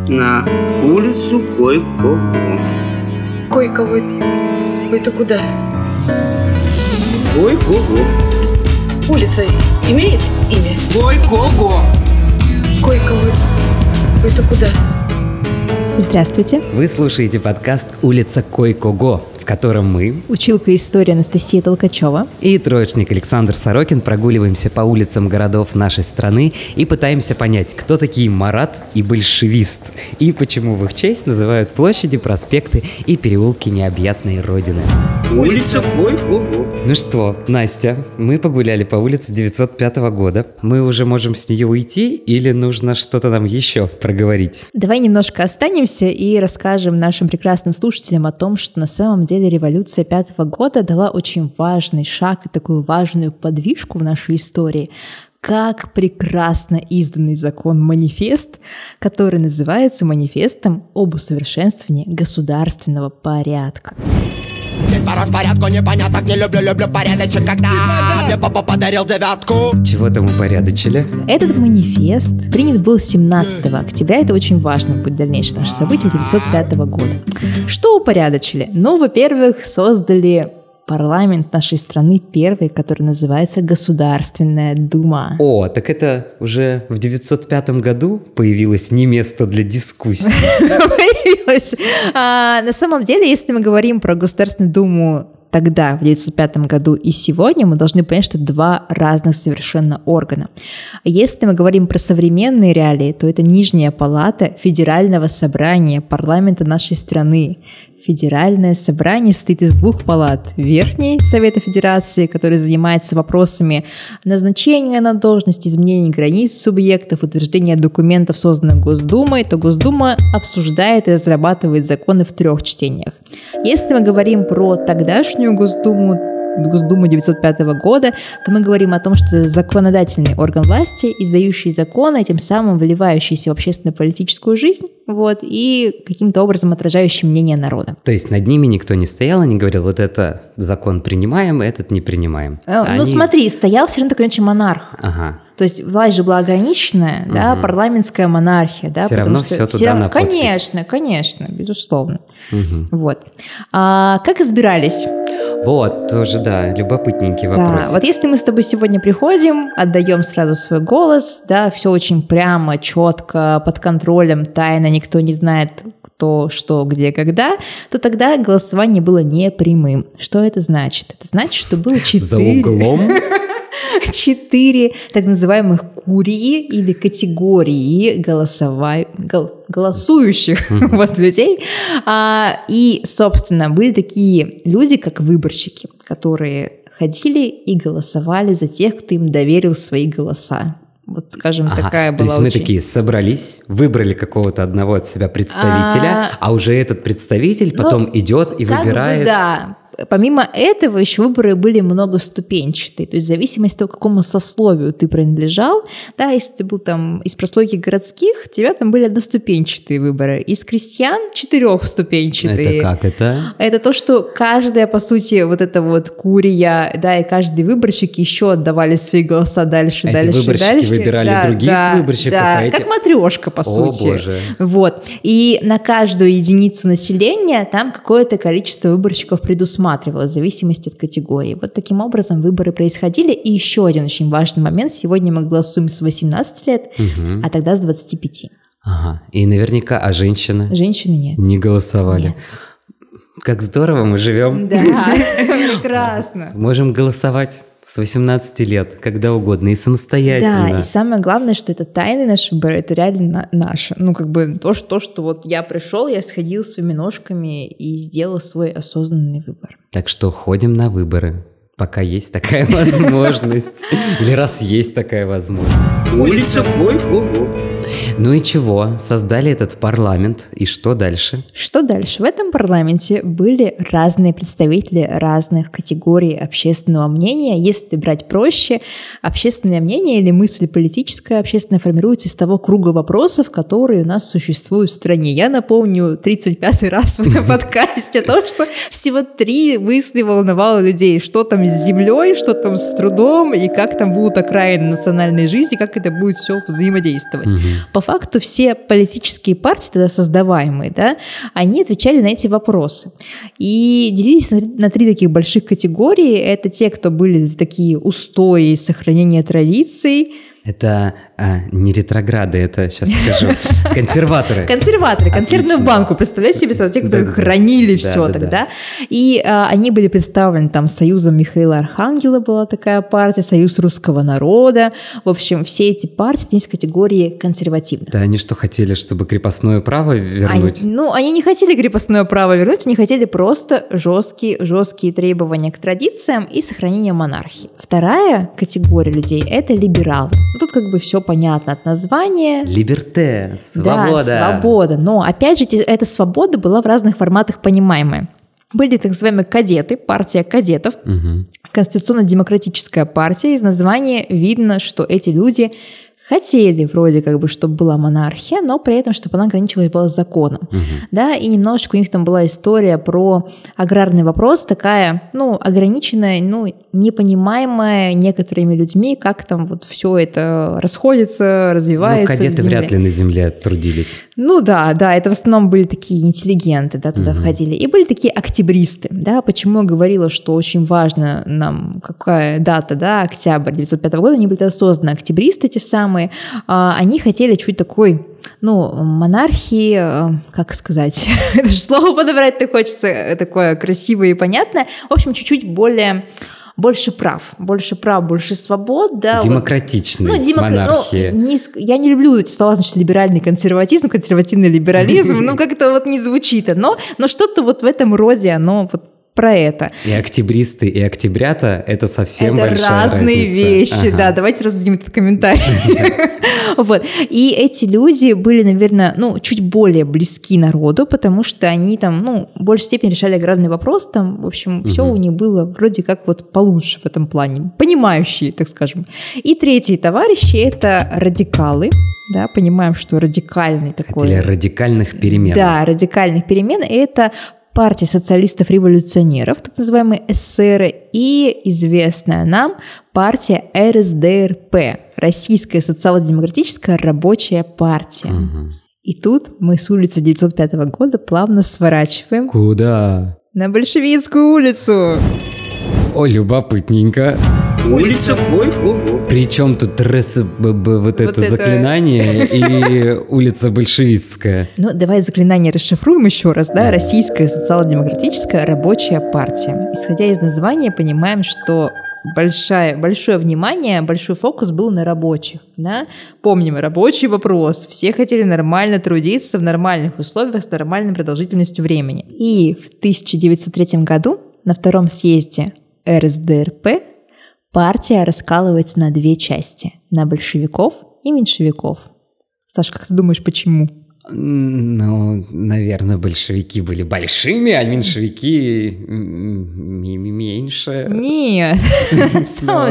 на улицу Койко-го. Койко-го? Это куда? Койко-го. Улица имеет имя? Койко-го. Койко-го? Это куда? Здравствуйте. Вы слушаете подкаст «Улица Койко-го», в котором мы, училка истории Анастасия Толкачева и троечник Александр Сорокин прогуливаемся по улицам городов нашей страны и пытаемся понять, кто такие Марат и большевист, и почему в их честь называют площади, проспекты и переулки необъятной родины. Улица Койко-го. Ну что, Настя, мы погуляли по улице 905 года. Мы уже можем с нее уйти или нужно что-то нам еще проговорить? Давай немножко останемся и расскажем нашим прекрасным слушателям о том, что на самом деле революция 5 года дала очень важный шаг и такую важную подвижку в нашей истории, как прекрасно изданный закон-манифест, который называется манифестом об усовершенствовании государственного порядка. По распорядку непоняток, не люблю порядочек, когда мне папа подарил 9. Чего там упорядочили? Этот манифест принят был 17 октября, это очень важно будет дальнейшее наше событие 905 года. Что упорядочили? Ну, во-первых, создали парламент нашей страны первый, который называется Государственная Дума. О, так это уже в 905 году появилось не место для дискуссий. Появилось. На самом деле, если мы говорим про Государственную Думу тогда, в 1905 году и сегодня, мы должны понять, что это два разных совершенно органа. Если мы говорим про современные реалии, то это Нижняя палата Федерального собрания парламента нашей страны. Федеральное собрание состоит из двух палат. Верхний Совета Федерации, который занимается вопросами назначения на должность, изменения границ субъектов, утверждения документов, созданных Госдумой, то Госдума обсуждает и разрабатывает законы в 3 чтениях. Если мы говорим про тогдашнюю Госдуму 905 года, то мы говорим о том, что это законодательный орган власти, издающий законы, тем самым вливающийся в общественно-политическую жизнь, и каким-то образом отражающий мнение народа. То есть над ними никто не стоял и не говорил, вот это закон принимаем, этот не принимаем. Ну смотри, стоял все равно такой иначе монарх. Ага. То есть власть же была ограниченная, да, парламентская монархия, да. Все равно все туда на подпись. Конечно, безусловно. Как избирались? Вот, тоже, да, любопытненький вопрос. Да, вот если мы с тобой сегодня приходим, отдаем сразу свой голос, да, все очень прямо, четко, под контролем, тайно, никто не знает, кто, что, где, когда, то тогда голосование было непрямым. Что это значит? Это значит, что было 4... За углом? 4 так называемых курии или категории голосующих людей. И, собственно, были такие люди, как выборщики, которые ходили и голосовали за тех, кто им доверил свои голоса. Вот, скажем, такая была. То есть мы такие собрались, выбрали какого-то одного от себя представителя, а уже этот представитель потом идет и выбирает. Да. Помимо этого, еще выборы были многоступенчатые, то есть в зависимости от того, к какому сословию ты принадлежал, да, если ты был там из прослойки городских, у тебя там были одноступенчатые выборы, из крестьян 4-ступенчатые. Это как это? Это то, что каждая, по сути, вот эта вот курия, да, и каждый выборщик еще отдавали свои голоса дальше. Эти выборщики выбирали других выборщиков, да, как матрешка, по сути. О, боже. Вот. И на каждую единицу населения там какое-то количество выборщиков предусматривалось в зависимости от категории. Вот таким образом выборы происходили. И еще один очень важный момент. Сегодня мы голосуем с 18 лет, а тогда с 25. Ага. И наверняка, а женщины? Женщины нет. Не голосовали. Нет. Как здорово мы живем. Да, прекрасно. Можем голосовать с 18 лет, когда угодно, и самостоятельно. Да, и самое главное, что это тайны наши выборы, это реально наше. То, что вот я пришел, я сходил своими ножками и сделал свой осознанный выбор. Так что ходим на выборы, пока есть такая возможность. Или раз есть такая возможность. Улица Койко-го. Ну и чего? Создали этот парламент, и что дальше? Что дальше? В этом парламенте были разные представители разных категорий общественного мнения. Если брать проще, общественное мнение или мысль политическая общественная формируется из того круга вопросов, которые у нас существуют в стране. Я напомню 35-й раз в этом подкасте о том, что всего 3 мысли волновало людей. Что там с землей, что там с трудом, и как там будут окраины национальной жизни, как это будет все взаимодействовать. По факту все политические партии, тогда создаваемые, да, они отвечали на эти вопросы. И делились на 3 таких больших категории. Это те, кто были за такие устои сохранения традиций. Это не ретрограды, это, сейчас скажу, консерваторы. Консерваторы, консервную банку, представляете себе, те, которые хранили все тогда. И они были представлены там Союзом Михаила Архангела, была такая партия, Союз русского народа. В общем, все эти партии есть категории консервативных. Да, они что, хотели, чтобы крепостное право вернуть? Они не хотели крепостное право вернуть, они хотели просто жесткие требования к традициям и сохранение монархии. Вторая категория людей – это либералы. Тут как бы все понятно от названия. Либерте, свобода. Да, свобода. Но опять же, эта свобода была в разных форматах понимаемая. Были так называемые кадеты, партия кадетов, конституционно-демократическая партия. Из названия видно, что эти люди хотели вроде как бы, чтобы была монархия, но при этом, чтобы она ограничивалась была законом. Да, и немножечко у них там была история про аграрный вопрос, такая, ограниченная, непонимаемая некоторыми людьми, как там вот все это расходится, развивается. Кадеты вряд ли на земле трудились. Да, это в основном были такие интеллигенты, да, туда входили. И были такие октябристы, да, почему я говорила, что очень важно нам, какая дата, да, октябрь 1905 года, они были созданы, октябристы те самые, они хотели чуть такой, монархии, как сказать, это же слово подобрать-то хочется, такое красивое и понятное, в общем, чуть-чуть больше прав, больше свобод, да. Демократичной монархии. Я не люблю эти слова, значит, либеральный консерватизм, консервативный либерализм, как-то вот не звучит, но что-то вот в этом роде, оно вот про это. И октябристы, и октябрята – это совсем большая разница. Это разные вещи, да, давайте раздадим этот комментарий. Вот. И эти люди были, наверное, чуть более близки народу, потому что они там, в большей степени решали аграрный вопрос, там, в общем, все у них было вроде как вот получше в этом плане, понимающие, так скажем. И третьи товарищи – это радикалы. Да, понимаем, что радикальный такой... Хотели радикальных перемен. Да, радикальных перемен – это партия социалистов-революционеров, так называемые эсеры, и известная нам партия РСДРП, Российская социал-демократическая рабочая партия. И тут мы с улицы 905 года плавно сворачиваем. Куда? На Большевистскую улицу. Ой, любопытненько. Улица Койко. Причем тут вот это заклинание и улица Большевистская. Давай заклинание расшифруем еще раз, да? Российская социал-демократическая рабочая партия. Исходя из названия, понимаем, что большое внимание, большой фокус был на рабочих. Да? Помним, рабочий вопрос. Все хотели нормально трудиться в нормальных условиях с нормальной продолжительностью времени. И в 1903 году на втором съезде РСДРП партия раскалывается на 2 части – на большевиков и меньшевиков. Саша, как ты думаешь, почему? Наверное, большевики были большими, а меньшевики меньше. Нет, на самом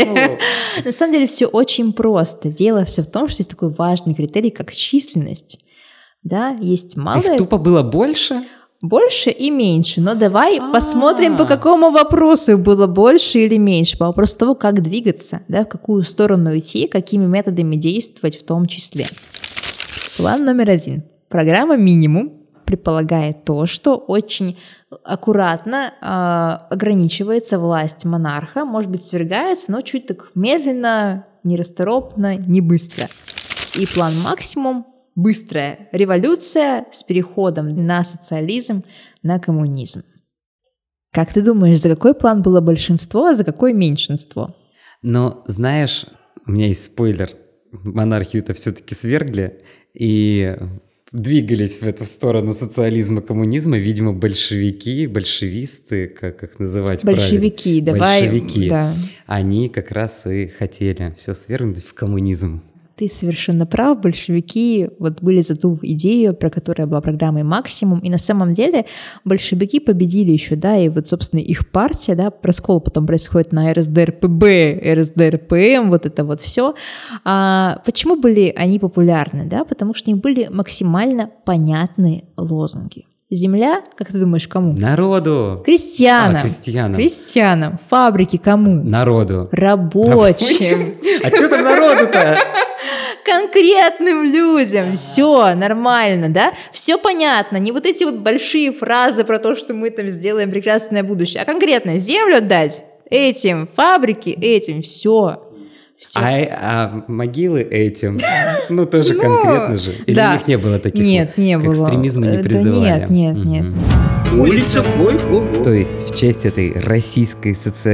деле все очень просто. Дело все в том, что есть такой важный критерий, как численность. Да, есть малая... Их тупо было больше? Больше и меньше. Но давай посмотрим, по какому вопросу было больше или меньше. По вопросу того, как двигаться, да, в какую сторону идти, какими методами действовать в том числе. План номер 1. Программа «Минимум» предполагает то, что очень аккуратно ограничивается власть монарха, может быть, свергается, но чуть так медленно, нерасторопно, не быстро. И план «Максимум» — быстрая революция с переходом на социализм, на коммунизм. Как ты думаешь, за какой план было большинство, а за какой меньшинство? Знаешь, у меня есть спойлер. Монархию-то все-таки свергли и двигались в эту сторону социализма, коммунизма. Видимо, большевики, большевисты, как их называть большевики, правильно? Давай, большевики, да. Они как раз и хотели все свергнуть в коммунизм. Ты совершенно прав, большевики вот были за ту идею, про которая была программой «Максимум», и на самом деле большевики победили еще, да, и вот, собственно, их партия, да, раскол потом происходит на РСДРПБ, РСДРПМ, вот это вот все. Почему были они популярны, да? Потому что у них были максимально понятные лозунги. Земля, как ты думаешь, кому? Народу. Крестьянам. Крестьянам. Фабрики кому? Народу. Рабочим. А что там народу-то? конкретным людям. Все нормально, да? Все понятно. Не вот эти вот большие фразы про то, что мы там сделаем прекрасное будущее, а конкретно землю отдать этим, фабрики этим, все. А могилы этим, тоже конкретно же. Или у них не было таких? Нет, не к было. экстремизму не Да призывали? нет. Улица Койко-Го. То есть в честь этой российской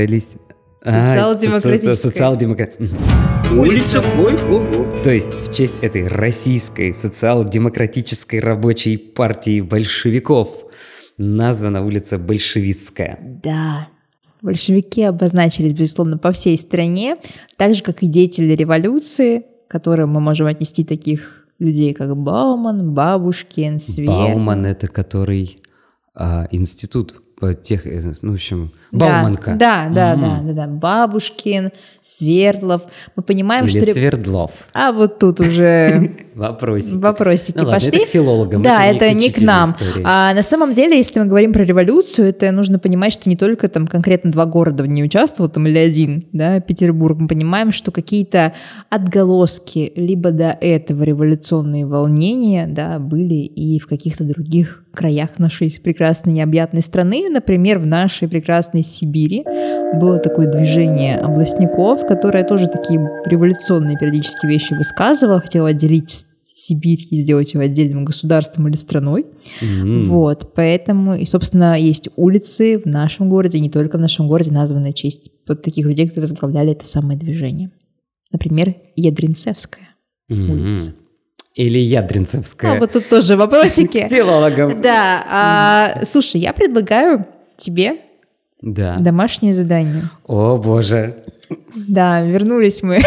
Социал-демократической. Улица Койко-Го. То есть в честь этой российской социал-демократической рабочей партии большевиков названа улица Большевистская. Да. Большевики обозначились, безусловно, по всей стране, так же, как и деятели революции, к которым мы можем отнести таких людей, как Бауман, Бабушкин, Свердлов. Бауман — это который институт в общем, Бауманка. Да. Бабушкин, Свердлов. Мы понимаем, Или что... Свердлов. А вот тут уже вопросики Ну ладно, пошли. это к филологам, да, это не к учителю нам. истории. На самом деле, если мы говорим про революцию, это нужно понимать, что не только там конкретно 2 города в ней участвовал, там, или 1, да, Петербург. Мы понимаем, что какие-то отголоски либо до этого революционные волнения, да, были и в каких-то других краях нашей прекрасной необъятной страны. Например, в нашей прекрасной Сибири было такое движение областников, которое тоже такие революционные периодически вещи высказывало, хотело отделить Сибирь и сделать ее отдельным государством или страной. Вот, поэтому, и, собственно, есть улицы в нашем городе, не только в нашем городе, названные в честь вот таких людей, которые возглавляли это самое движение. Например, Ядринцевская улица. Или Ядринцевская. Вот тут тоже вопросики. Филологам. Да. Слушай, я предлагаю тебе домашнее задание. О, боже. Да, вернулись мы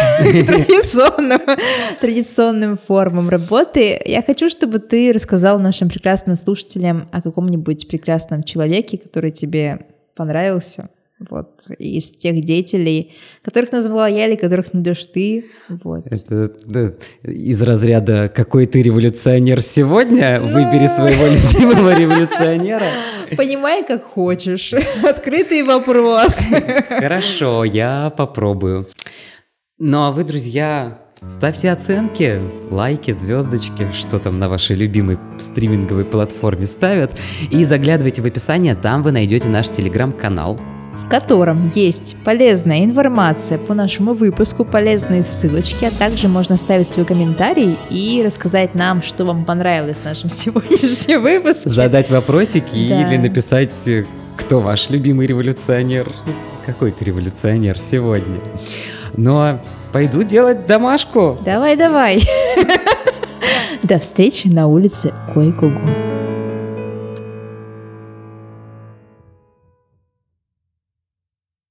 к традиционным формам работы. Я хочу, чтобы ты рассказал нашим прекрасным слушателям о каком-нибудь прекрасном человеке, который тебе понравился. Вот, из тех деятелей, которых назвала я или которых найдешь ты. Вот. Это из разряда «Какой ты революционер сегодня?» Выбери своего любимого революционера. Понимай, как хочешь. Открытый вопрос. Хорошо, я попробую. Ну а вы, друзья, ставьте оценки, лайки, звездочки, что там на вашей любимой стриминговой платформе ставят. И заглядывайте в описание, там вы найдете наш телеграм-канал, в котором есть полезная информация по нашему выпуску, полезные ссылочки, а также можно оставить свой комментарий и рассказать нам, что вам понравилось в нашем сегодняшнем выпуске. Задать вопросики или написать, кто ваш любимый революционер, какой ты революционер сегодня. Ну а пойду делать домашку. Давай. До встречи на улице Койко-Го.